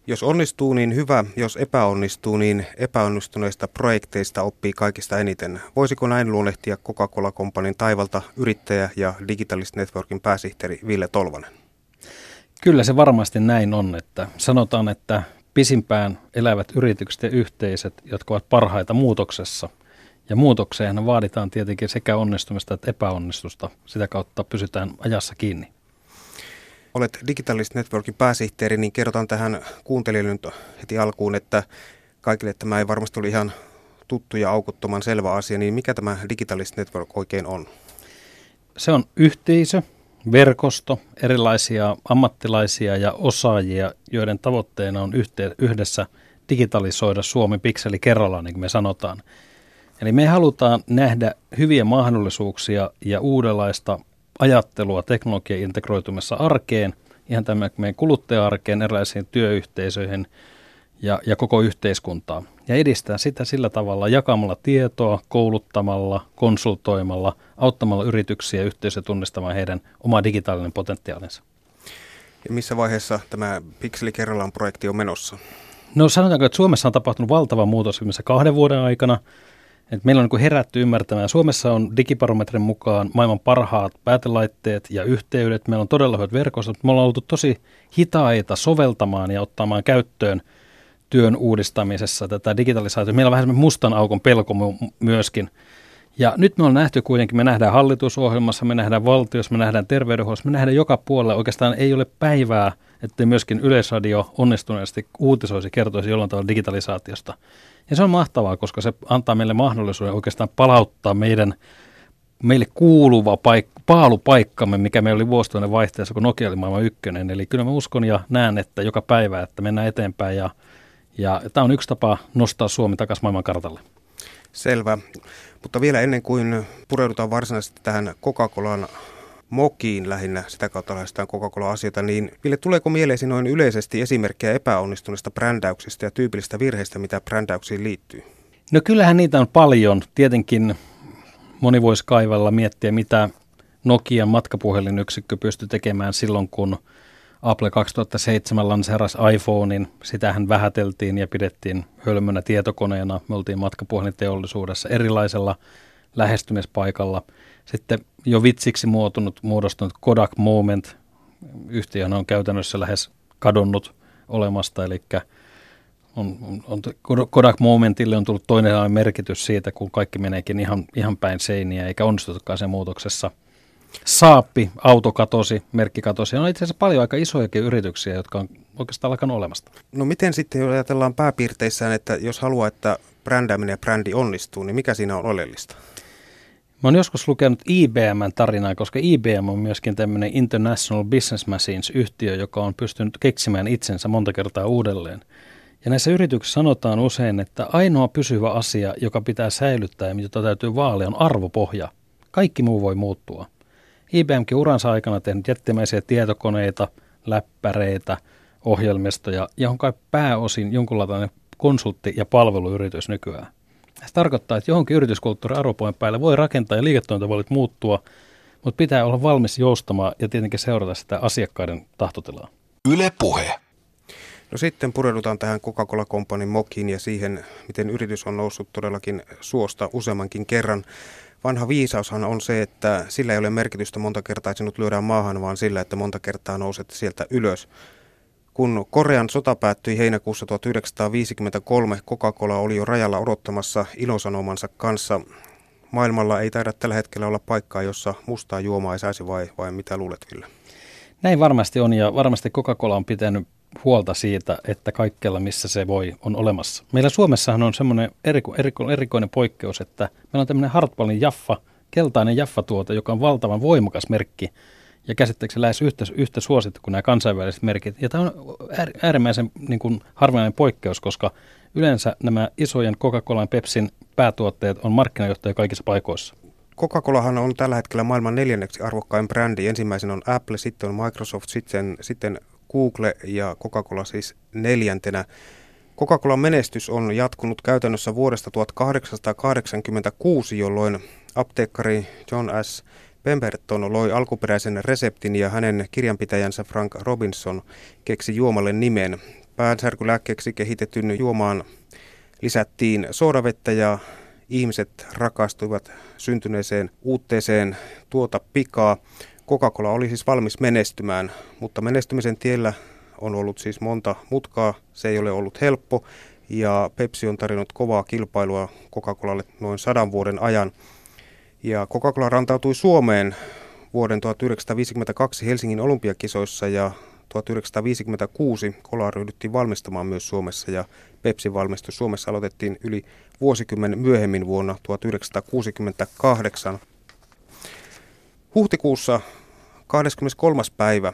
Jos onnistuu, niin hyvä. Jos epäonnistuu, niin epäonnistuneista projekteista oppii kaikista eniten. Voisiko näin luonnehtia Coca-Cola Companyn taivalta yrittäjä ja Digitalist Networkin pääsihteeri Ville Tolvanen? Kyllä se varmasti näin on, että sanotaan, että pisimpään elävät yritykset ja yhteisöt, jotka ovat parhaita muutoksessa. Ja muutokseen vaaditaan tietenkin sekä onnistumista että epäonnistusta. Sitä kautta pysytään ajassa kiinni. Olet Digitalist Networkin pääsihteeri, niin kerrotaan tähän kuuntelijoille nyt heti alkuun, että kaikille tämä ei varmasti ole ihan tuttu ja aukottoman selvä asia, niin mikä tämä Digitalist Network oikein on? Se on yhteisö, verkosto, erilaisia ammattilaisia ja osaajia, joiden tavoitteena on yhdessä digitalisoida Suomi pikseli kerrallaan, niin kuin me sanotaan. Eli me halutaan nähdä hyviä mahdollisuuksia ja uudenlaista ajattelua teknologian integroitumassa arkeen, ihan tämän meidän kuluttaja-arkeen, erilaisiin työyhteisöihin ja koko yhteiskuntaa. Ja edistää sitä sillä tavalla jakamalla tietoa, kouluttamalla, konsultoimalla, auttamalla yrityksiä ja yhteisöjä tunnistamaan heidän oma digitaalinen potentiaalinsa. Ja missä vaiheessa tämä Pikseli kerrallaan projekti on menossa? No sanotaanko, että Suomessa on tapahtunut valtava muutos viimeisen 2 vuoden aikana. Et meillä on niin herätty ymmärtämään. Suomessa on digibarometrin mukaan maailman parhaat päätelaitteet ja yhteydet. Meillä on todella hyvät verkostot. Me ollaan oltu tosi hitaita soveltamaan ja ottamaan käyttöön työn uudistamisessa tätä digitalisaatiota. Meillä on vähän semmoinen mustan aukon pelko myöskin. Ja nyt me on nähty kuitenkin, me nähdään hallitusohjelmassa, me nähdään valtiossa, me nähdään terveydenhuollossa, me nähdään joka puolella. Oikeastaan ei ole päivää, että myöskin Yleisradio onnistuneesti uutisoisi, kertoisi jollain tavalla digitalisaatiosta. Ja se on mahtavaa, koska se antaa meille mahdollisuuden oikeastaan palauttaa meille kuuluva paalupaikkamme, mikä meillä oli vuosituhannen vaihteessa, kun Nokia oli maailman ykkönen. Eli kyllä mä uskon ja näen, että joka päivä, että mennään eteenpäin ja tämä on yksi tapa nostaa Suomi takaisin maailman kartalle. Selvä. Mutta vielä ennen kuin pureudutaan varsinaisesti tähän Coca-Colan mokiin lähinnä, sitä kautta lähestytään Coca-Cola-asioita, niin Ville, tuleeko mieleesi noin yleisesti esimerkkejä epäonnistuneista brändäyksistä ja tyypillisistä virheistä, mitä brändäyksiin liittyy? No kyllähän niitä on paljon. Tietenkin moni voisi kaivalla miettiä, mitä Nokian matkapuhelinyksikkö pystyi tekemään silloin, kun Apple 2007 lanseerasi iPhonein. Sitähän vähäteltiin ja pidettiin hölmönä tietokoneena. Me oltiin matkapuhelinteollisuudessa erilaisella lähestymispaikalla. Sitten jo vitsiksi muodostunut Kodak Moment. Yhtiöhän on käytännössä lähes kadonnut olemasta, eli Kodak Momentille on tullut toinen merkitys siitä, kun kaikki meneekin ihan päin seiniä, eikä onnistutakaan sen muutoksessa. Saappi, auto katosi, merkki katosi. On itse asiassa paljon aika isojakin yrityksiä, jotka on oikeastaan alkanut olemasta. No miten sitten, jos ajatellaan pääpiirteissään, että jos haluaa, että brändääminen ja brändi onnistuu, niin mikä siinä on oleellista? Mä oon joskus lukenut IBM:n tarinaa, koska IBM on myöskin tämmöinen International Business Machines-yhtiö, joka on pystynyt keksimään itsensä monta kertaa uudelleen. Ja näissä yrityksissä sanotaan usein, että ainoa pysyvä asia, joka pitää säilyttää ja jota täytyy vaalia, on arvopohja. Kaikki muu voi muuttua. IBMkin uransa aikana tehnyt jättimäisiä tietokoneita, läppäreitä, ohjelmistoja, johon kai pääosin jonkunlainen konsultti- ja palveluyritys nykyään. Se tarkoittaa, että johonkin yrityskulttuurin arvopohjan päälle voi rakentaa ja liiketoimintavolit muuttua, mutta pitää olla valmis joustamaan ja tietenkin seurata sitä asiakkaiden tahtotilaa. Yle Puhe. No sitten pureudutaan tähän Coca-Cola Companyn mokiin ja siihen, miten yritys on noussut todellakin suosta useammankin kerran. Vanha viisaushan on se, että sillä ei ole merkitystä monta kertaa, että sinut lyödään maahan, vaan sillä, että monta kertaa nouset sieltä ylös. Kun Korean sota päättyi heinäkuussa 1953, Coca-Cola oli jo rajalla odottamassa ilosanomansa kanssa. Maailmalla ei taida tällä hetkellä olla paikkaa, jossa mustaa juomaa ei saisi, vai mitä luulet, Ville? Näin varmasti on, ja varmasti Coca-Cola on pitänyt huolta siitä, että kaikkialla missä se voi on olemassa. Meillä Suomessahan on semmoinen erikoinen poikkeus, että meillä on tämmöinen Hartwallin Jaffa, keltainen Jaffa-tuote, joka on valtavan voimakas merkki ja käsittääkseni lähes yhtä suosittu kuin nämä kansainväliset merkit. Ja tämä on äärimmäisen harvinainen poikkeus, koska yleensä nämä isojen Coca-Colan Pepsin päätuotteet on markkinajohtaja kaikissa paikoissa. Coca-Colahan on tällä hetkellä maailman 4. arvokkain brändi. Ensimmäisen on Apple, sitten on Microsoft, sitten Google ja Coca-Cola siis 4. Coca-Colan menestys on jatkunut käytännössä vuodesta 1886, jolloin apteekkari John S. Pemberton loi alkuperäisen reseptin ja hänen kirjanpitäjänsä Frank Robinson keksi juomalle nimen. päänsärkylääkkeeksi kehitetyn juomaan lisättiin soodavettä ja ihmiset rakastuivat syntyneeseen uutteeseen tuota pikaa. Coca-Cola oli siis valmis menestymään, mutta menestymisen tiellä on ollut siis monta mutkaa. Se ei ole ollut helppo ja Pepsi on tarjonnut kovaa kilpailua Coca-Colalle noin 100 vuoden ajan. Ja Coca-Cola rantautui Suomeen vuoden 1952 Helsingin olympiakisoissa ja 1956 kolaa ryhdyttiin valmistamaan myös Suomessa ja Pepsin valmistus Suomessa aloitettiin yli vuosikymmen myöhemmin vuonna 1968. Huhtikuussa 23. päivä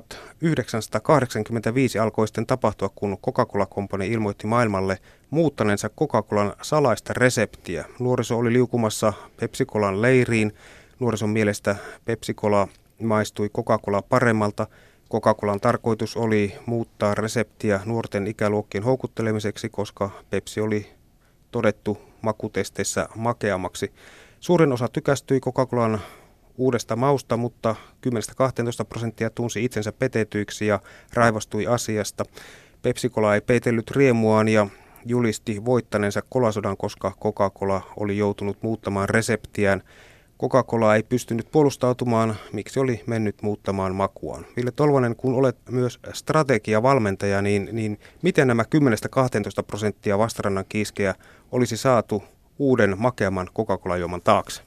1985 alkoi sitten tapahtua, kun Coca-Cola Company ilmoitti maailmalle muuttaneensa Coca-Colan salaista reseptiä. Nuoriso oli liukumassa Pepsi-Colan leiriin. Nuorison mielestä Pepsi-Cola maistui Coca-Colaa paremmalta. Coca-Colan tarkoitus oli muuttaa reseptiä nuorten ikäluokkien houkuttelemiseksi, koska Pepsi oli todettu makutesteissä makeammaksi. Suurin osa tykästyi Coca-Colan uudesta mausta, mutta 10-12% tunsi itsensä petetyiksi ja raivostui asiasta. Pepsi-Cola ei peitellyt riemuaan ja julisti voittaneensa kolasodan, koska Coca-Cola oli joutunut muuttamaan reseptiään. Coca-Cola ei pystynyt puolustautumaan, miksi oli mennyt muuttamaan makuaan. Ville Tolvanen, kun olet myös strategiavalmentaja, niin miten nämä 10-12% vastarannan kiiskejä olisi saatu uuden makeamman Coca-Cola-juoman taakse?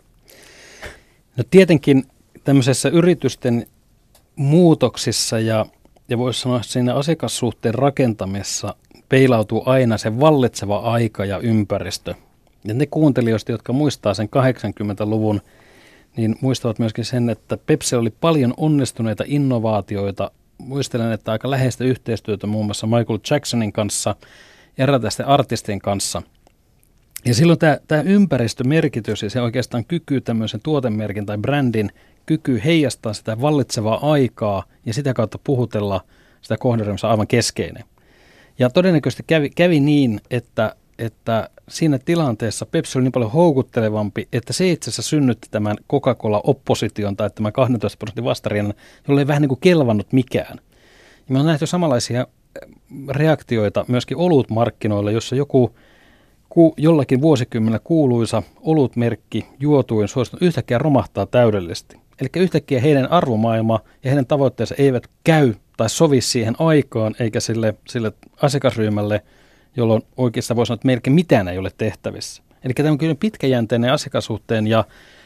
No tietenkin tämmöisessä yritysten muutoksissa ja voisi sanoa siinä asiakassuhteen rakentamisessa peilautuu aina se vallitseva aika ja ympäristö. Ja ne kuuntelijoista, jotka muistaa sen 80-luvun, niin muistavat myöskin sen, että Pepsi oli paljon onnistuneita innovaatioita. Muistelen, että aika läheistä yhteistyötä muun muassa Michael Jacksonin kanssa, erätäisten artistien kanssa. Ja silloin tämä ympäristömerkitys ja se oikeastaan kyky tämmöisen tuotemerkin tai brändin kyky heijastaa sitä vallitsevaa aikaa ja sitä kautta puhutella sitä kohderyhmässä aivan keskeinen. Ja todennäköisesti kävi niin, että siinä tilanteessa Pepsi oli niin paljon houkuttelevampi, että se itse asiassa synnytti tämän Coca-Cola-opposition tai tämän 12% vastarinnan, jolle ei vähän niin kuin kelvannut mikään. Ja me on nähty samanlaisia reaktioita myöskin olutmarkkinoilla, jossa jollakin vuosikymmenellä kuuluisa olutmerkki juotuin suosittu yhtäkkiä romahtaa täydellisesti. Eli yhtäkkiä heidän arvomaailma ja heidän tavoitteensa eivät käy tai sovi siihen aikaan eikä sille asiakasryhmälle, jolloin oikeastaan voi sanoa, että melkein mitään ei ole tehtävissä. Eli tämä on kyllä pitkäjänteinen asiakassuhteen ja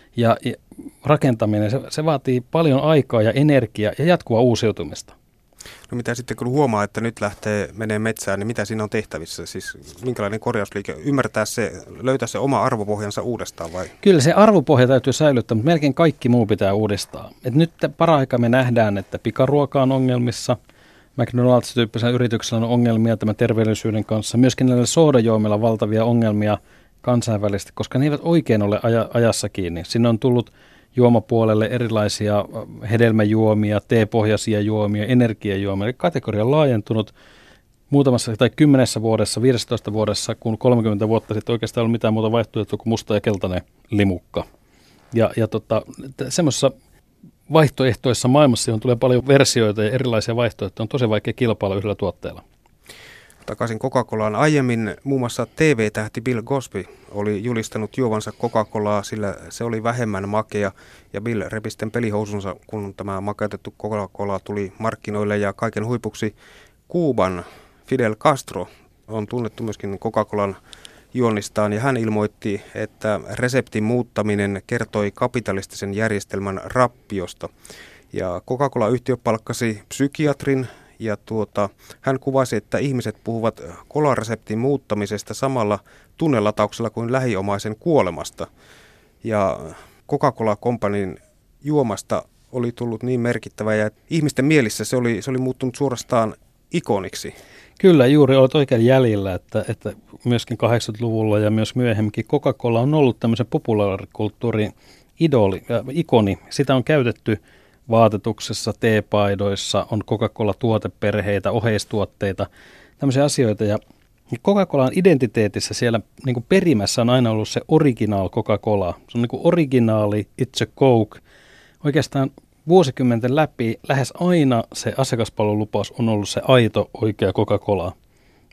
rakentaminen. Se vaatii paljon aikaa ja energiaa ja jatkuvaa uusiutumista. No mitä sitten kun huomaa, että nyt menee metsään, niin mitä siinä on tehtävissä? Siis minkälainen korjausliike? Ymmärtää se, löytää se oma arvopohjansa uudestaan vai? Kyllä se arvopohja täytyy säilyttää, mutta melkein kaikki muu pitää uudistaa. Et nyt paraikaa me nähdään, että pikaruoka on ongelmissa. McDonald's-tyyppisellä yrityksellä on ongelmia tämän terveellisyyden kanssa. Myöskin näillä soodajuomilla on valtavia ongelmia kansainvälisesti, koska ne eivät oikein ole ajassa kiinni. Sinne on tullut juomapuolelle erilaisia hedelmäjuomia, teepohjaisia juomia, energiajuomia. Eli kategoria on laajentunut muutamassa tai 10 vuodessa, 15 vuodessa, kun 30 vuotta sitten oikeastaan ei ollut mitään muuta vaihtoehtoa kuin musta ja keltainen limukka. Ja semmoisessa vaihtoehtoissa maailmassa, johon tulee paljon versioita ja erilaisia vaihtoehtoja, on tosi vaikea kilpailla yhdellä tuotteella. Takaisin Coca-Colaan. Aiemmin muun muassa TV-tähti Bill Cosby oli julistanut juovansa Coca-Colaa, sillä se oli vähemmän makea. Ja Bill repi sitten pelihousunsa, kun tämä makeutettu Coca-Cola tuli markkinoille. Ja kaiken huipuksi Kuuban Fidel Castro on tunnettu myöskin Coca-Colan juonnistaan. Ja hän ilmoitti, että reseptin muuttaminen kertoi kapitalistisen järjestelmän rappiosta. Ja Coca-Cola-yhtiö palkkasi psykiatrin. Ja hän kuvasi, että ihmiset puhuvat kolareseptin muuttamisesta samalla tunnelatauksella kuin lähiomaisen kuolemasta. Ja Coca-Cola Companyn juomasta oli tullut niin merkittävä ja ihmisten mielissä se oli muuttunut suorastaan ikoniksi. Kyllä, juuri olet oikein jäljellä, että myöskin 80-luvulla ja myös myöhemminkin Coca-Cola on ollut tämmöisen populaarikulttuurin ikoni. Sitä on käytetty vaatetuksessa, teepaidoissa, on Coca-Cola-tuoteperheitä, oheistuotteita, tämmöisiä asioita. Ja Coca-Colan identiteetissä siellä niin kuin perimässä on aina ollut se original Coca-Cola. Se on niin kuin originaali, it's a Coke. Oikeastaan vuosikymmenten läpi lähes aina se asiakaspalvelulupaus on ollut se aito, oikea Coca-Cola.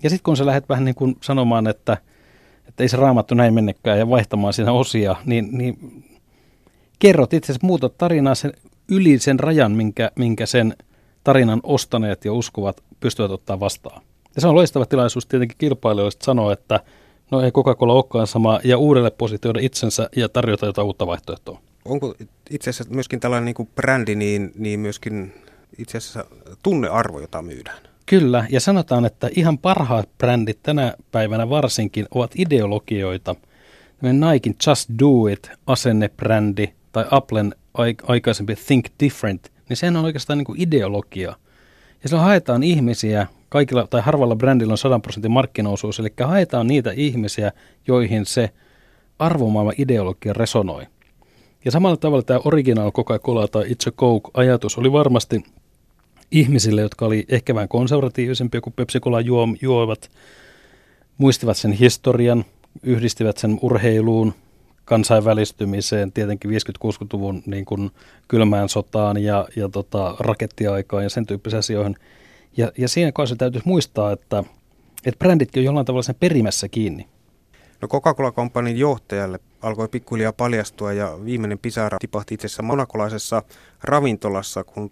Ja sitten kun sä lähdet vähän niin kuin sanomaan, että ei se Raamattu näin mennekään ja vaihtamaan siinä osia, niin kerrot itse asiassa muuta tarinaa sen yli sen rajan, minkä sen tarinan ostaneet ja uskovat pystyvät ottaa vastaan. Ja se on loistava tilaisuus tietenkin kilpailijoille sanoa, että no ei Coca-Cola olekaan sama, ja uudelle positioida itsensä ja tarjota jotain uutta vaihtoehtoa. Onko itse asiassa myöskin tällainen niin kuin brändi, niin myöskin itse asiassa tunnearvo, jota myydään? Kyllä, ja sanotaan, että ihan parhaat brändit tänä päivänä varsinkin ovat ideologioita. Nikein Just Do It -asennebrändi tai Applen aikaisempi Think Different, niin sehän on oikeastaan niin kuin ideologia. Ja silloin haetaan ihmisiä, kaikilla tai harvalla brändillä on 100% markkinaosuus, eli haetaan niitä ihmisiä, joihin se arvomaailman ideologia resonoi. Ja samalla tavalla tämä original Coca-Cola tai It's a Coke-ajatus oli varmasti ihmisille, jotka oli ehkä vähän konservatiivisempia kuin Pepsi-Cola juovat, muistivat sen historian, yhdistivät sen urheiluun, kansainvälistymiseen, tietenkin 50-60-luvun niin kuin kylmään sotaan ja rakettiaikaan ja sen tyyppisiin asioihin. Ja siinä kohdassa täytyisi muistaa, että bränditkin on jollain tavalla sen perimässä kiinni. No Coca-Cola Companyn johtajalle alkoi pikkuhiljaa paljastua ja viimeinen pisara tipahti itse asiassa monakolaisessa ravintolassa, kun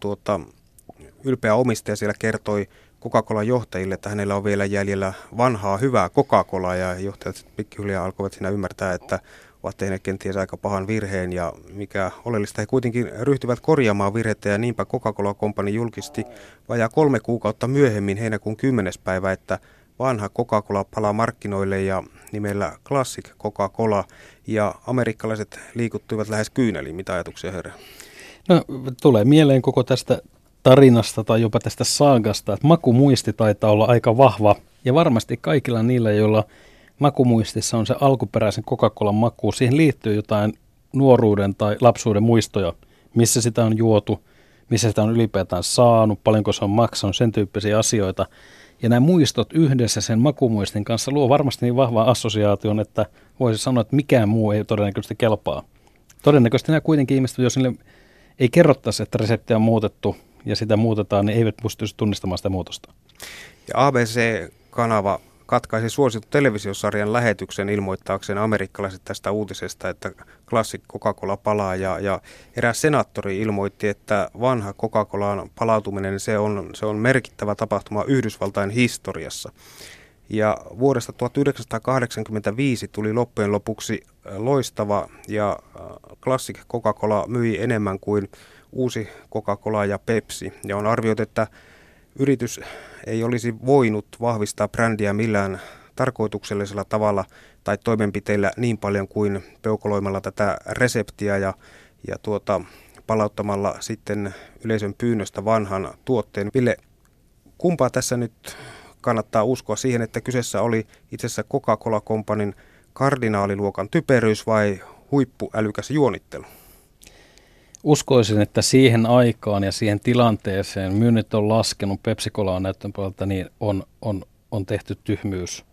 ylpeä omistaja siellä kertoi Coca-Colan johtajille, että hänellä on vielä jäljellä vanhaa hyvää Coca-Colaa, ja johtajat pikkuhiljaa alkoivat siinä ymmärtää, että ovat tehneet kenties aika pahan virheen, ja mikä oleellista, he kuitenkin ryhtyvät korjaamaan virhettä, ja niinpä Coca-Cola Company julkisti vajaa 3 kuukautta myöhemmin heinäkuun 10. päivä, että vanha Coca-Cola palaa markkinoille ja nimellä Classic Coca-Cola, ja amerikkalaiset liikuttuivat lähes kyyneliin. Mitä ajatuksia, herra? No, tulee mieleen koko tästä tarinasta tai jopa tästä saagasta, että makumuisti taitaa olla aika vahva, ja varmasti kaikilla niillä, joilla makumuistissa on se alkuperäisen Coca-Colan maku, siihen liittyy jotain nuoruuden tai lapsuuden muistoja, missä sitä on juotu, missä sitä on ylipäätään saanut, paljonko se on maksanut, sen tyyppisiä asioita. Ja nämä muistot yhdessä sen makumuistin kanssa luo varmasti niin vahvan assosiaation, että voisi sanoa, että mikään muu ei todennäköisesti kelpaa. Todennäköisesti nämä kuitenkin ihmiset, jos niille ei kerrottaisi, että reseptiä on muutettu ja sitä muutetaan, niin eivät pystyisi tunnistamaan sitä muutosta. Ja ABC-kanava katkaisi suosittu televisiosarjan lähetyksen ilmoittaakseen amerikkalaiset tästä uutisesta, että Classic Coca-Cola palaa, ja eräs senaattori ilmoitti, että vanha Coca-Colan palautuminen se on merkittävä tapahtuma Yhdysvaltain historiassa. Ja vuodesta 1985 tuli loppujen lopuksi loistava, ja Classic Coca-Cola myi enemmän kuin uusi Coca-Cola ja Pepsi, ja on arvioitu, että yritys ei olisi voinut vahvistaa brändiä millään tarkoituksellisella tavalla tai toimenpiteillä niin paljon kuin peukaloimalla tätä reseptiä ja palauttamalla sitten yleisön pyynnöstä vanhan tuotteen. Ville, kumpaa tässä nyt kannattaa uskoa siihen, että kyseessä oli itse asiassa Coca-Cola Companyn kardinaaliluokan typeryys vai huippuälykäs juonittelu? Uskoisin, että siihen aikaan ja siihen tilanteeseen myynnit on laskenut, Pepsi-Cola on näytön puolelta, niin on tehty tyhmyys.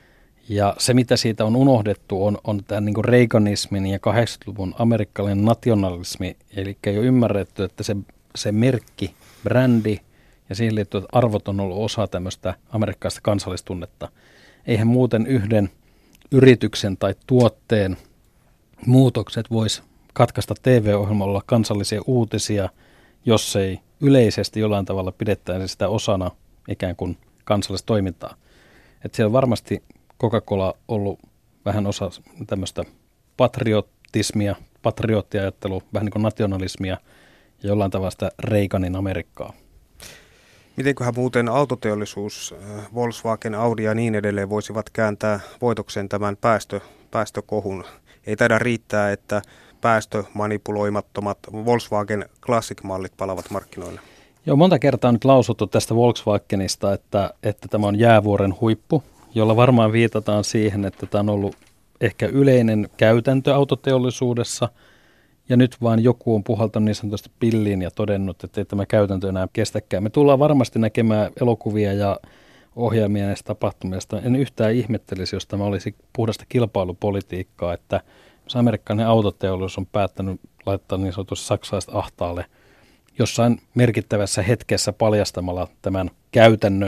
Ja se, mitä siitä on unohdettu, on tämä niin kuin Reaganismin ja 80-luvun amerikkalainen nationalismi. Eli ei ole ymmärretty, että se merkki, brändi ja siihen liittyvät arvot on ollut osa tämmöistä amerikkalaista kansallistunnetta. Eihän muuten yhden yrityksen tai tuotteen muutokset voisi katkaista TV-ohjelmalla kansallisia uutisia, jos ei yleisesti jollain tavalla pidettäisi sitä osana ikään kuin kansallista toimintaa. Että siellä on varmasti Coca-Cola ollut vähän osa tämmöistä patriotismia, patriottiajattelua, vähän niin kuin nationalismia ja jollain tavalla sitä Reaganin Amerikkaa. Mitenköhän muuten autoteollisuus, Volkswagen, Audi ja niin edelleen voisivat kääntää voitoksen tämän päästökohun? Ei taida riittää, että päästömanipuloimattomat Volkswagen Classic-mallit palavat markkinoille. Joo, monta kertaa on nyt lausuttu tästä Volkswagenista, että tämä on jäävuoren huippu, jolla varmaan viitataan siihen, että tämä on ollut ehkä yleinen käytäntö autoteollisuudessa, ja nyt vaan joku on puhaltanut niin sanotusti pilliin ja todennut, että ei tämä käytäntö enää kestäkään. Me tullaan varmasti näkemään elokuvia ja ohjelmia näistä tapahtumista. En yhtään ihmettelisi, jos tämä olisi puhdasta kilpailupolitiikkaa, että amerikkalainen autoteollisuus on päättänyt laittaa niin sanotusti saksalaiset ahtaalle jossain merkittävässä hetkessä paljastamalla tämän käytännön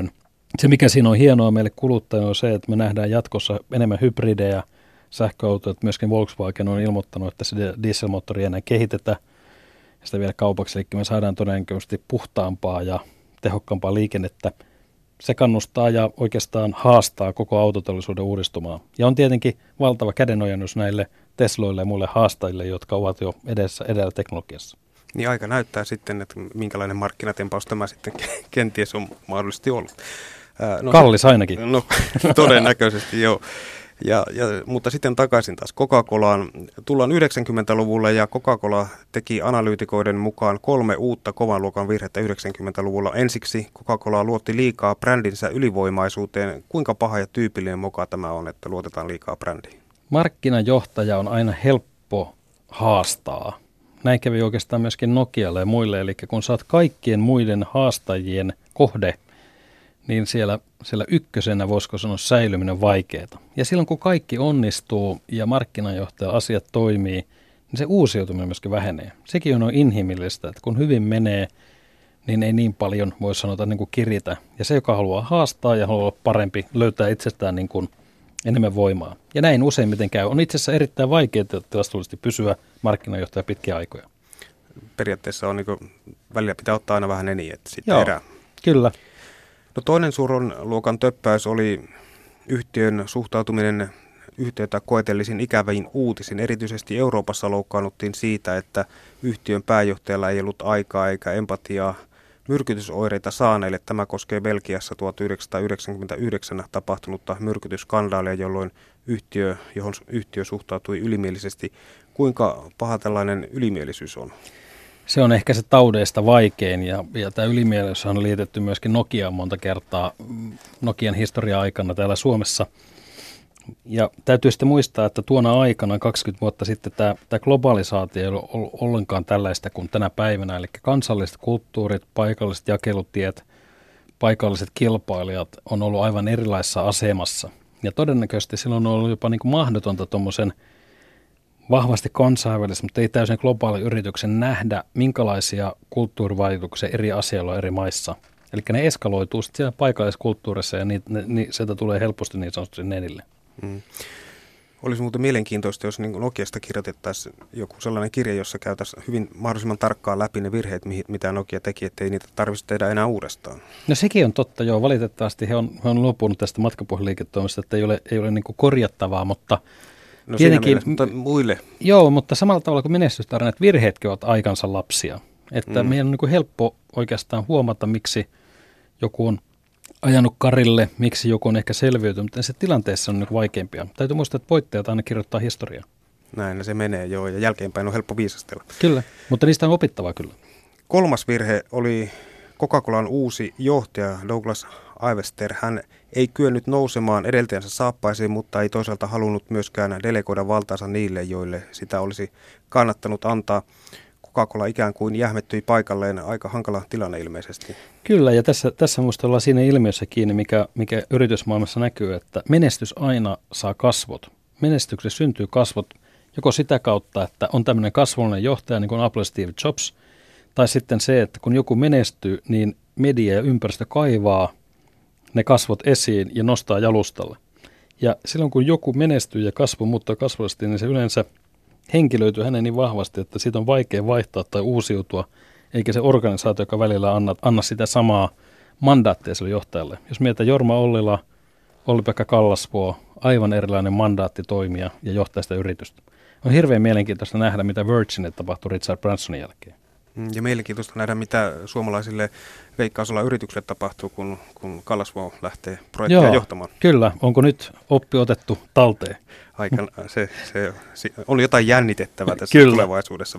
Se, mikä siinä on hienoa meille kuluttajille, on se, että me nähdään jatkossa enemmän hybridejä, sähköautoja. Myöskin Volkswagen on ilmoittanut, että se dieselmoottori ei enää kehitetä sitä vielä kaupaksi. Eli me saadaan todennäköisesti puhtaampaa ja tehokkaampaa liikennettä. Se kannustaa ja oikeastaan haastaa koko autoteollisuuden uudistumaan. Ja on tietenkin valtava kädenojennus näille Tesloille ja muille haastajille, jotka ovat jo edellä teknologiassa. Niin aika näyttää sitten, että minkälainen markkinatempaus tämä sitten kenties on mahdollisesti ollut. Kallis ainakin. No todennäköisesti joo. Mutta sitten takaisin taas Coca-Colaan. Tullaan 90-luvulle ja Coca-Cola teki analyytikoiden mukaan 3 uutta kovan luokan virhettä 90-luvulla. Ensiksi Coca-Cola luotti liikaa brändinsä ylivoimaisuuteen. Kuinka paha ja tyypillinen moka tämä on, että luotetaan liikaa brändiin? Markkinajohtaja on aina helppo haastaa. Näin kävi oikeastaan myöskin Nokialle ja muille. Eli kun sä oot kaikkien muiden haastajien kohde, niin siellä ykkösenä voisiko sanoa säilyminen vaikeaa. Ja silloin kun kaikki onnistuu ja markkinajohtaja asiat toimii, niin se uusiutuminen myöskin vähenee. Sekin on inhimillistä, että kun hyvin menee, niin ei niin paljon voi sanota niin kuin kiritä. Ja se, joka haluaa haastaa ja haluaa olla parempi, löytää itsestään niin kuin enemmän voimaa. Ja näin useimmiten käy. On itse asiassa erittäin vaikeaa tilastollisesti pysyä markkinajohtaja pitkiä aikoja. Periaatteessa on niin kuin, välillä pitää ottaa aina vähän eniä, että sitten erää. Kyllä. No toinen suuren luokan töppäys oli yhtiön suhtautuminen yhtiötä koetellisiin ikäviin uutisin. Erityisesti Euroopassa loukkaannuttiin siitä, että yhtiön pääjohtajalla ei ollut aikaa eikä empatiaa myrkytysoireita saaneille. Tämä koskee Belgiassa 1999 tapahtunutta myrkytysskandaalia, jolloin johon yhtiö suhtautui ylimielisesti. Kuinka paha tällainen ylimielisyys on? Se on ehkä se taudeista vaikein ja tämä ylimielisyys on liitetty myöskin Nokiaan monta kertaa Nokian historia-aikana täällä Suomessa. Ja täytyy sitten muistaa, että tuona aikana 20 vuotta sitten tämä globalisaatio ei ollut ollenkaan tällaista kuin tänä päivänä. Eli kansalliset kulttuurit, paikalliset jakelutiet, paikalliset kilpailijat on ollut aivan erilaisessa asemassa. Ja todennäköisesti silloin on ollut jopa niin kuin mahdotonta tuommoisen vahvasti kansainvälisen, mutta ei täysin globaali yrityksen nähdä, minkälaisia kulttuurivaikutuksia eri asioilla on eri maissa. Eli ne eskaloituu sitten siellä paikallisessa kulttuurissa ja sieltä tulee helposti niin sanotusti nenille. Olisi muuten mielenkiintoista, jos niin Nokiasta kirjoitettaisiin joku sellainen kirja, jossa käytäisiin hyvin mahdollisimman tarkkaan läpi ne virheet, mitä Nokia teki, ettei niitä tarvitsisi tehdä enää uudestaan. No sekin on totta, joo. Valitettavasti he on luopunut tästä matkapuhelinliiketoimista, että ei ole niin kuin korjattavaa, mutta no tietenkin, mutta muille. Joo, mutta samalla tavalla kuin menestystarinat, virheetkin ovat aikansa lapsia. Että meidän on niin kuin helppo oikeastaan huomata, miksi joku on ajanut karille, miksi joku on ehkä selviytynyt, mutta se tilanteessa on niin vaikeampia. Täytyy muistaa, että voittajat aina kirjoittaa historiaa. Näin se menee, joo, ja jälkeenpäin on helppo viisastella. Kyllä, mutta niistä on opittavaa kyllä. Kolmas virhe oli Coca-Colan uusi johtaja Douglas Ivester. Hän ei kyennyt nousemaan edeltäjänsä saappaisiin, mutta ei toisaalta halunnut myöskään delegoida valtaansa niille, joille sitä olisi kannattanut antaa. Coca-Cola ikään kuin jähmettyi paikalleen, aika hankala tilanne ilmeisesti. Kyllä, ja tässä minusta ollaan siinä ilmiössä kiinni, mikä yritysmaailmassa näkyy, että menestys aina saa kasvot. Menestyksessä syntyy kasvot joko sitä kautta, että on tämmöinen kasvollinen johtaja, niin kuin Apple Steve Jobs, tai sitten se, että kun joku menestyy, niin media ja ympäristö kaivaa ne kasvot esiin ja nostaa jalustalle. Ja silloin kun joku menestyy ja kasvu muuttaa kasvallisesti, niin se yleensä henkilöityy hänen niin vahvasti, että siitä on vaikea vaihtaa tai uusiutua, eikä se organisaatio, joka välillä anna sitä samaa mandaattia sille johtajalle. Jos mietitään Jorma Ollila, Olli-Pekka Kallasvuo, aivan erilainen mandaatti toimia ja johtaa sitä yritystä. On hirveän mielenkiintoista nähdä, mitä Virginille tapahtui Richard Bransonin jälkeen. Ja mielenkiintoista nähdä, mitä suomalaisille veikkausalan yrityksille tapahtuu, kun Kallasvuo lähtee projektia johtamaan. Kyllä. Onko nyt oppi otettu talteen? Se on jotain jännitettävää tässä tulevaisuudessa.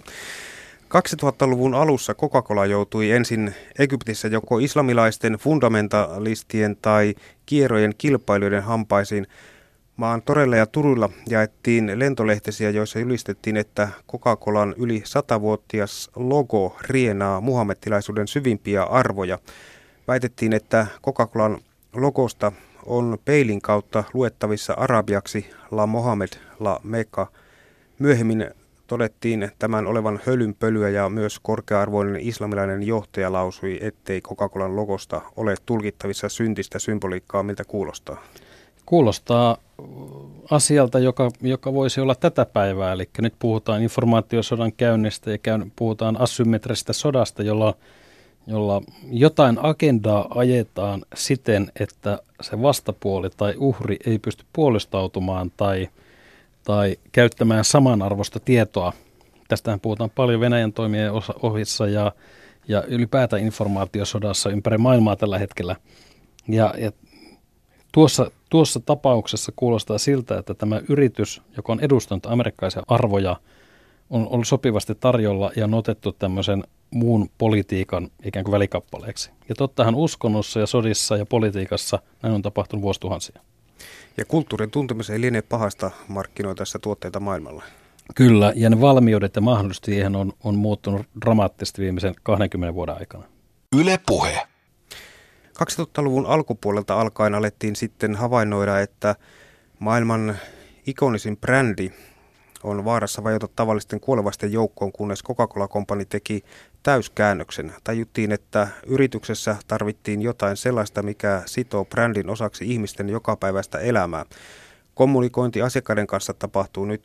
2000-luvun alussa Coca-Cola joutui ensin Egyptissä joko islamilaisten fundamentalistien tai kierojen kilpailijoiden hampaisiin. Maan toreilla ja turuilla jaettiin lentolehtisiä, joissa julistettiin, että Coca-Colan yli 100-vuotias logo rienaa muhammettilaisuuden syvimpiä arvoja. Väitettiin, että Coca-Colan logosta on peilin kautta luettavissa arabiaksi La Mohammed, La Mekka. Myöhemmin todettiin tämän olevan hölynpölyä ja myös korkea-arvoinen islamilainen johtaja lausui, ettei Coca-Colan logosta ole tulkittavissa syntistä symboliikkaa. Miltä kuulostaa? Kuulostaa asialta, joka voisi olla tätä päivää, eli nyt puhutaan informaatiosodan käynnistä ja puhutaan asymmetrisestä sodasta, jolla jotain agendaa ajetaan siten, että se vastapuoli tai uhri ei pysty puolustautumaan tai käyttämään samanarvoista tietoa. Tästähän puhutaan paljon Venäjän toimien ohissa ja ylipäätään informaatiosodassa ympäri maailmaa tällä hetkellä. Ja tuossa tapauksessa kuulostaa siltä, että tämä yritys, joka on edustanut amerikkalaisia arvoja, on ollut sopivasti tarjolla ja on otettu tämmöisen muun politiikan ikään kuin välikappaleeksi. Ja tottahan uskonnossa ja sodissa ja politiikassa näin on tapahtunut vuosituhansia. Ja kulttuurin tuntemiseen ei liene pahasta markkinoitaessa tuotteita maailmalla. Kyllä, ja ne valmiudet ja mahdollisuudet siihen on muuttunut dramaattisesti viimeisen 20 vuoden aikana. Yle Puhe. 2000-luvun alkupuolelta alkaen alettiin sitten havainnoida, että maailman ikonisin brändi on vaarassa vajota tavallisten kuolevaisten joukkoon, kunnes Coca-Cola Company teki täyskäännöksen. Tajuttiin, että yrityksessä tarvittiin jotain sellaista, mikä sitoo brändin osaksi ihmisten jokapäiväistä elämää. Kommunikointi asiakkaiden kanssa tapahtuu nyt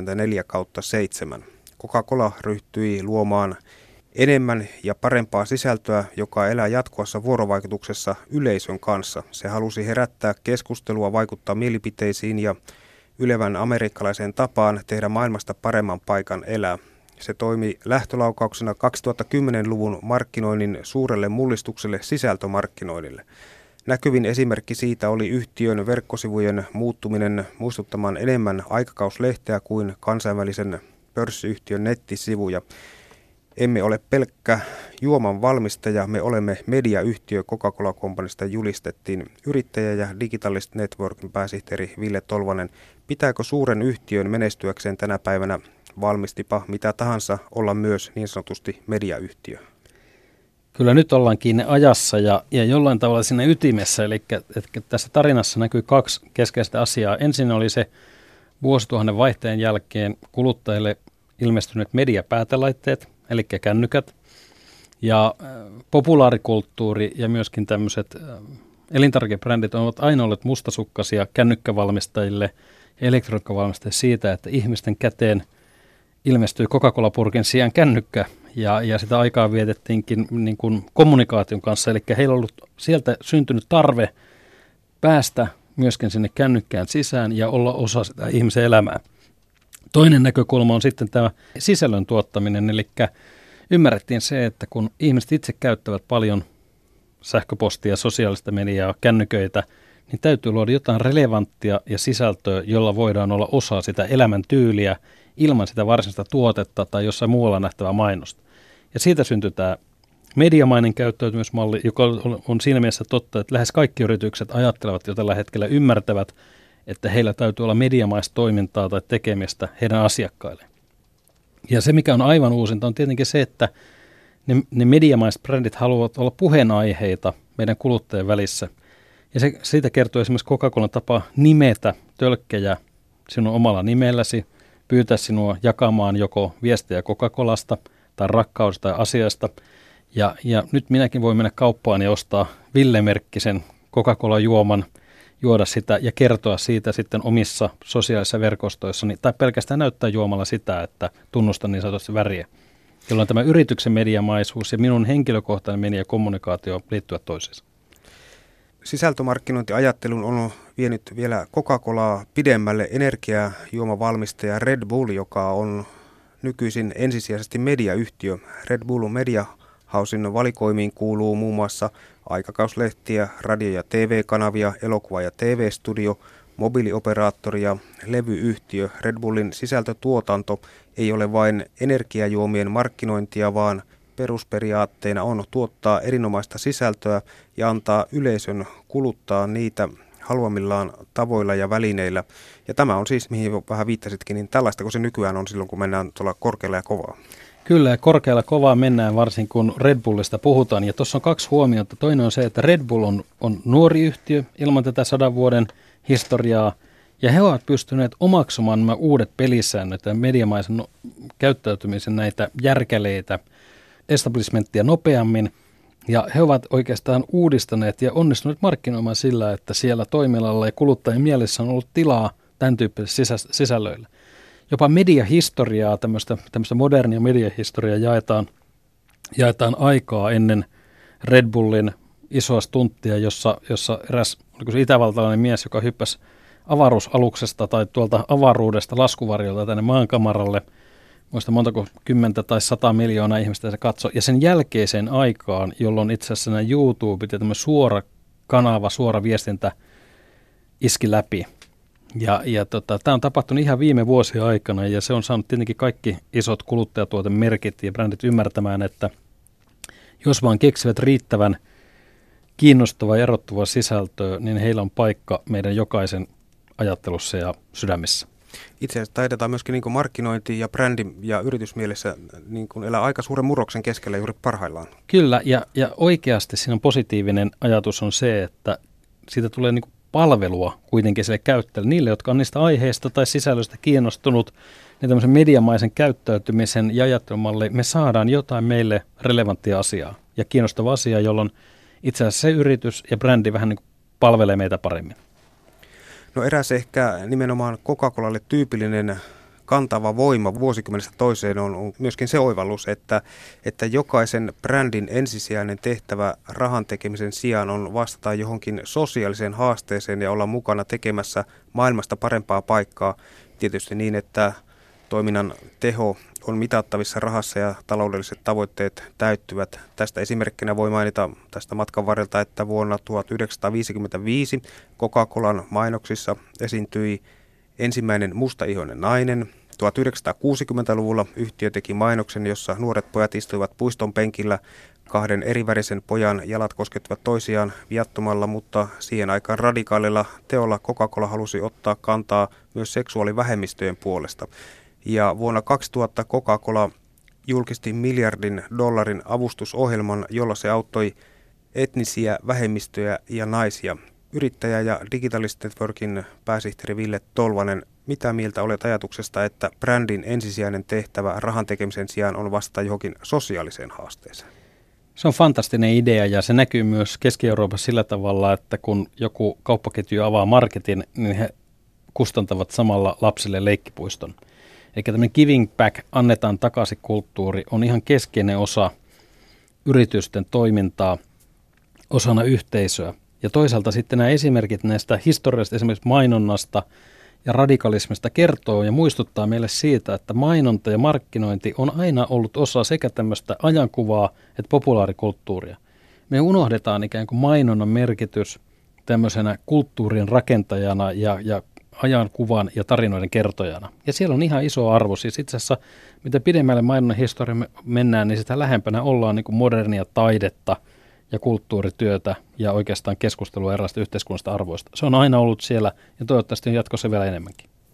24/7. Coca-Cola ryhtyi luomaan enemmän ja parempaa sisältöä, joka elää jatkuvassa vuorovaikutuksessa yleisön kanssa. Se halusi herättää keskustelua, vaikuttaa mielipiteisiin ja ylevän amerikkalaiseen tapaan tehdä maailmasta paremman paikan elää. Se toimi lähtölaukauksena 2010-luvun markkinoinnin suurelle mullistukselle sisältömarkkinoinnille. Näkyvin esimerkki siitä oli yhtiön verkkosivujen muuttuminen muistuttamaan enemmän aikakauslehteä kuin kansainvälisen pörssiyhtiön nettisivuja. Emme ole pelkkä juoman valmistaja, me olemme mediayhtiö, Coca-Cola Companysta julistettiin. Yrittäjä ja Digitalist Networkin pääsihteeri Ville Tolvanen. Pitääkö suuren yhtiön menestyäkseen tänä päivänä, valmistipa mitä tahansa, olla myös niin sanotusti mediayhtiö? Kyllä nyt ollaan kiinni ajassa ja jollain tavalla siinä ytimessä, eli tässä tarinassa näkyy kaksi keskeistä asiaa. Ensin oli se vuosituhannen vaihteen jälkeen kuluttajille ilmestyneet mediapäätelaitteet, eli kännykät, ja populaarikulttuuri ja myöskin tämmöiset elintarvikebrändit ovat aina olleet mustasukkaisia kännykkävalmistajille ja elektroniikkavalmistajille siitä, että ihmisten käteen ilmestyi Coca-Cola-purkin sijaan kännykkä, ja sitä aikaa vietettiinkin niin kuin kommunikaation kanssa, eli heillä on ollut sieltä syntynyt tarve päästä myöskin sinne kännykkään sisään ja olla osa sitä ihmisen elämää. Toinen näkökulma on sitten tämä sisällön tuottaminen, eli ymmärrettiin se, että kun ihmiset itse käyttävät paljon sähköpostia, sosiaalista mediaa, kännyköitä, niin täytyy luoda jotain relevanttia ja sisältöä, jolla voidaan olla osa sitä elämäntyyliä ilman sitä varsinaista tuotetta tai jossain muualla nähtävää mainosta. Ja siitä syntyy tämä mediamainen käyttäytymismalli, joka on siinä mielessä totta, että lähes kaikki yritykset ajattelevat jo tällä hetkellä, ymmärtävät, että heillä täytyy olla mediamaista toimintaa tai tekemistä heidän asiakkaille. Ja se, mikä on aivan uusinta, on tietenkin se, että ne mediamaiset brändit haluavat olla puheenaiheita meidän kuluttajien välissä. Ja siitä kertoo esimerkiksi Coca-Colan tapa nimetä tölkkejä sinun omalla nimelläsi, pyytää sinua jakamaan joko viestejä Coca-Colasta tai rakkaudesta tai asiasta. Ja nyt minäkin voin mennä kauppaan ja ostaa Ville-merkkisen Coca-Cola-juoman, juoda sitä ja kertoa siitä sitten omissa sosiaalisissa verkostoissani, tai pelkästään näyttää juomalla sitä, että tunnustan niin sanotusti väriä, jolloin tämä yrityksen mediamaisuus ja minun henkilökohtainen mediakommunikaatio liittyvät toisiinsa. Sisältömarkkinointiajattelun on vienyt vielä Coca-Colaa pidemmälle energiajuomavalmistaja Red Bull, joka on nykyisin ensisijaisesti mediayhtiö. Red Bull Mediahousen valikoimiin kuuluu muun muassa aikakauslehtiä, radio- ja TV-kanavia, elokuva- ja TV-studio, mobiilioperaattori ja levyyhtiö. Red Bullin sisältötuotanto ei ole vain energiajuomien markkinointia, vaan perusperiaatteena on tuottaa erinomaista sisältöä ja antaa yleisön kuluttaa niitä haluamillaan tavoilla ja välineillä. Ja tämä on siis, mihin vähän viittasitkin, niin tällaista kuin se nykyään on silloin, kun mennään tuolla korkealla ja kovaa. Kyllä, ja korkealla kovaa mennään, varsin kun Red Bullista puhutaan. Ja tuossa on kaksi huomiota. Toinen on se, että Red Bull on nuori yhtiö ilman tätä 100 vuoden historiaa. Ja he ovat pystyneet omaksumaan nämä uudet pelisäännöt ja mediamaisen käyttäytymisen näitä järkäleitä, establishmenttia nopeammin. Ja he ovat oikeastaan uudistaneet ja onnistuneet markkinoimaan sillä, että siellä toimialalla ja kuluttajien mielessä on ollut tilaa tämän tyyppisille sisällöille. Jopa mediahistoriaa, tämmöistä modernia mediahistoriaa jaetaan aikaa ennen Red Bullin isoa stunttia, jossa eräs itävaltalainen mies, joka hyppäsi avaruusaluksesta tai tuolta avaruudesta laskuvarjolta tänne maankamaralle, muista montako 10 tai 100 miljoonaa ihmistä se katsoi, ja sen jälkeiseen aikaan, jolloin itse asiassa nämä YouTube ja tämmöinen suora kanava, suora viestintä iski läpi. Tämä on tapahtunut ihan viime vuosien aikana, ja se on saanut tietenkin kaikki isot kuluttajatuotemerkit ja brändit ymmärtämään, että jos vaan keksivät riittävän kiinnostavaa ja erottuvaa sisältöä, niin heillä on paikka meidän jokaisen ajattelussa ja sydämissä. Itse asiassa taidetaan myöskin niin kuin markkinointi ja brändi ja yritysmielessä niin kuin elää aika suuren murroksen keskellä juuri parhaillaan. Kyllä, ja oikeasti siinä on positiivinen ajatus on se, että siitä tulee niin kuin palvelua kuitenkin sille käyttäjälle, niille, jotka on niistä aiheista tai sisällöstä kiinnostunut, niin tämmöisen mediamaisen käyttäytymisen ja ajattelumalle me saadaan jotain meille relevanttia asiaa ja kiinnostava asia, jolloin itse asiassa se yritys ja brändi vähän niin kuin palvelee meitä paremmin. No eräs ehkä nimenomaan Coca-Colalle tyypillinen kantava voima vuosikymmenestä toiseen on myöskin se oivallus, että jokaisen brändin ensisijainen tehtävä rahan tekemisen sijaan on vastata johonkin sosiaaliseen haasteeseen ja olla mukana tekemässä maailmasta parempaa paikkaa. Tietysti niin, että toiminnan teho on mitattavissa rahassa ja taloudelliset tavoitteet täyttyvät. Tästä esimerkkinä voi mainita tästä matkan varrelta, että vuonna 1955 Coca-Colan mainoksissa esiintyi ensimmäinen mustaihoinen nainen. 1960-luvulla yhtiö teki mainoksen, jossa nuoret pojat istuivat puiston penkillä. Kahden erivärisen pojan jalat koskettivat toisiaan viattomalla, mutta siihen aikaan radikaalilla teolla Coca-Cola halusi ottaa kantaa myös seksuaalivähemmistöjen puolesta. Ja vuonna 2000 Coca-Cola julkisti $1 miljardin avustusohjelman, jolla se auttoi etnisiä vähemmistöjä ja naisia. Yrittäjä ja Digitalist Networkin pääsihteeri Ville Tolvanen, mitä mieltä olet ajatuksesta, että brändin ensisijainen tehtävä rahan tekemisen sijaan on vastata johonkin sosiaaliseen haasteeseen? Se on fantastinen idea ja se näkyy myös Keski-Euroopassa sillä tavalla, että kun joku kauppaketju avaa marketin, niin he kustantavat samalla lapsille leikkipuiston. Eli tämmöinen giving back, annetaan takaisin kulttuuri, on ihan keskeinen osa yritysten toimintaa osana yhteisöä. Ja toisaalta sitten nämä esimerkit näistä historiallisista esimerkiksi mainonnasta ja radikalismista kertoo ja muistuttaa meille siitä, että mainonta ja markkinointi on aina ollut osa sekä tämmöistä ajankuvaa että populaarikulttuuria. Me unohdetaan ikään kuin mainonnan merkitys tämmöisenä kulttuurin rakentajana ja ajankuvan ja tarinoiden kertojana. Ja siellä on ihan iso arvo. Siis itse asiassa mitä pidemmälle mainonnan historia mennään, niin sitä lähempänä ollaan niin kuin modernia taidetta ja kulttuurityötä ja oikeastaan keskustelua erilaisista yhteiskunnallisista arvoista. Se on aina ollut siellä ja toivottavasti on jatkossa vielä enemmänkin.